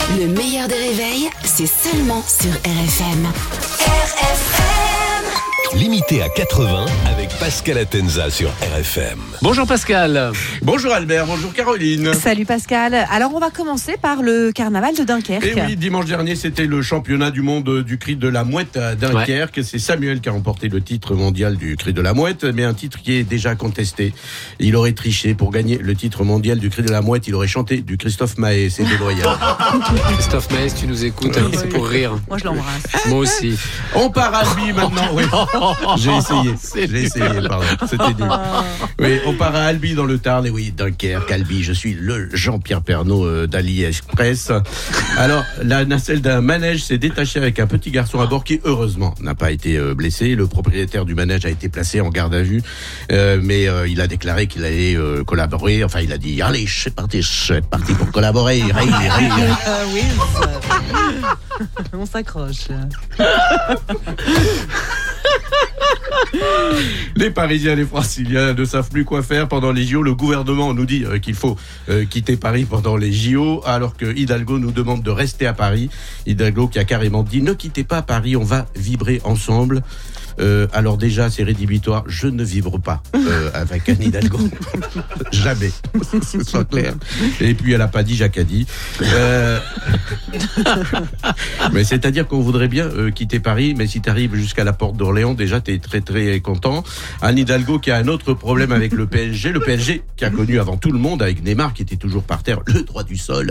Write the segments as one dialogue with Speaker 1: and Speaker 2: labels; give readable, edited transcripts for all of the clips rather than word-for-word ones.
Speaker 1: Le meilleur des réveils, c'est seulement sur RFM. RFM.
Speaker 2: Limité à 80 avec Pascal Atenza sur RFM.
Speaker 3: Bonjour Pascal.
Speaker 4: Bonjour Albert, bonjour Caroline.
Speaker 5: Salut Pascal. Alors on va commencer par le carnaval de Dunkerque.
Speaker 4: Et oui, dimanche dernier c'était le championnat du monde du cri de la mouette à Dunkerque. Ouais. C'est Samuel qui a remporté le titre mondial du cri de la mouette, mais un titre qui est déjà contesté. Il aurait triché pour gagner le titre mondial du cri de la mouette. Il aurait chanté du Christophe Maé, c'est déloyal.
Speaker 3: Christophe Maé, si tu nous écoutes, hein, c'est pour rire.
Speaker 5: Moi je l'embrasse.
Speaker 3: Moi aussi.
Speaker 4: On part à Albi maintenant. Oui. J'ai essayé, pardon. C'était nul. Oui, on part à Albi dans le Tarn. Et oui, Dunkerque, Albi. Je suis le Jean-Pierre Pernaut d'AliExpress. Alors, la nacelle d'un manège s'est détachée avec un petit garçon à bord qui, heureusement, n'a pas été blessé. Le propriétaire du manège a été placé en garde à vue. Mais il a déclaré qu'il allait collaborer. Enfin, il a dit, allez, je suis parti pour collaborer.
Speaker 5: Oui, on s'accroche.
Speaker 4: Les Parisiens et les Franciliens ne savent plus quoi faire pendant les JO. Le gouvernement nous dit qu'il faut quitter Paris pendant les JO, alors que Hidalgo nous demande de rester à Paris. Hidalgo qui a carrément dit « Ne quittez pas Paris, on va vibrer ensemble ». Alors déjà, c'est rédhibitoire. Je ne vibre pas avec Anne Hidalgo. Jamais. Ce soit clair. Et puis, elle n'a pas dit, Jacques a dit. Mais c'est-à-dire qu'on voudrait bien quitter Paris, mais si tu arrives jusqu'à la porte d'Orléans, déjà, tu es très, très content. Anne Hidalgo qui a un autre problème avec le PSG. Le PSG qui a connu avant tout le monde, avec Neymar qui était toujours par terre, le droit du sol.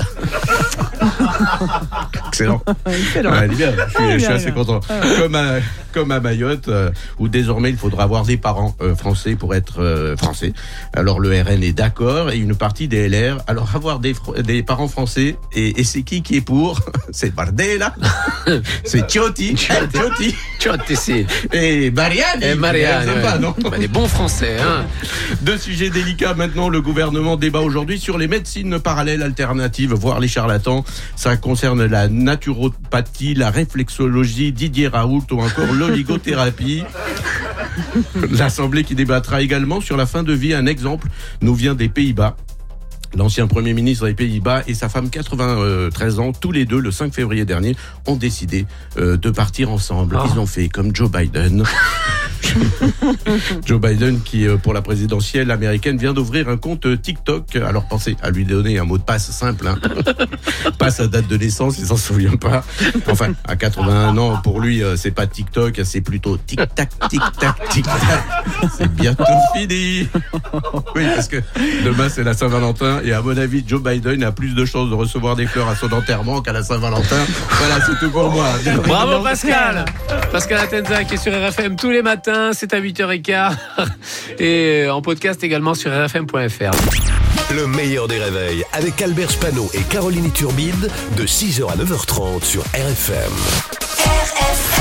Speaker 4: Excellent. Ouais, bien. Je suis assez content. Comme à Mayotte, où désormais il faudra avoir des parents français pour être français. Alors le RN est d'accord et une partie des LR. Alors avoir des parents français et c'est qui est pour? C'est Bardella, c'est Ciotti,
Speaker 3: c'est
Speaker 4: et Mariani.
Speaker 3: Pas, non les bons français. Hein.
Speaker 4: Deux sujets délicats maintenant. Le gouvernement débat aujourd'hui sur les médecines parallèles alternatives, voire les charlatans. Ça concerne la naturopathie, la réflexologie, Didier Raoult ou encore l'oligothérapie. L'Assemblée qui débattra également sur la fin de vie. Un exemple nous vient des Pays-Bas. L'ancien Premier ministre des Pays-Bas et sa femme 93 ans, tous les deux, le 5 février dernier, ont décidé de partir ensemble. Ils ont fait comme Joe Biden. Joe Biden qui, pour la présidentielle américaine, vient d'ouvrir un compte TikTok. Alors pensez à lui donner un mot de passe simple. Hein. Pas sa date de naissance, il s'en souvient pas. Enfin, à 81 ans, pour lui, c'est pas TikTok, c'est plutôt tic-tac, tic-tac, tic-tac. C'est bientôt fini. Oui, parce que demain, c'est la Saint-Valentin. Et à mon avis, Joe Biden a plus de chances de recevoir des fleurs à son enterrement qu'à la Saint-Valentin. Voilà, c'est tout pour moi.
Speaker 3: Bravo Pascal. Pascal Atenza qui est sur RFM tous les matins, c'est à 8h15. Et en podcast également sur rfm.fr.
Speaker 2: Le meilleur des réveils avec Albert Spano et Caroline Turbide de 6h à 9h30 sur RFM.
Speaker 1: RFM.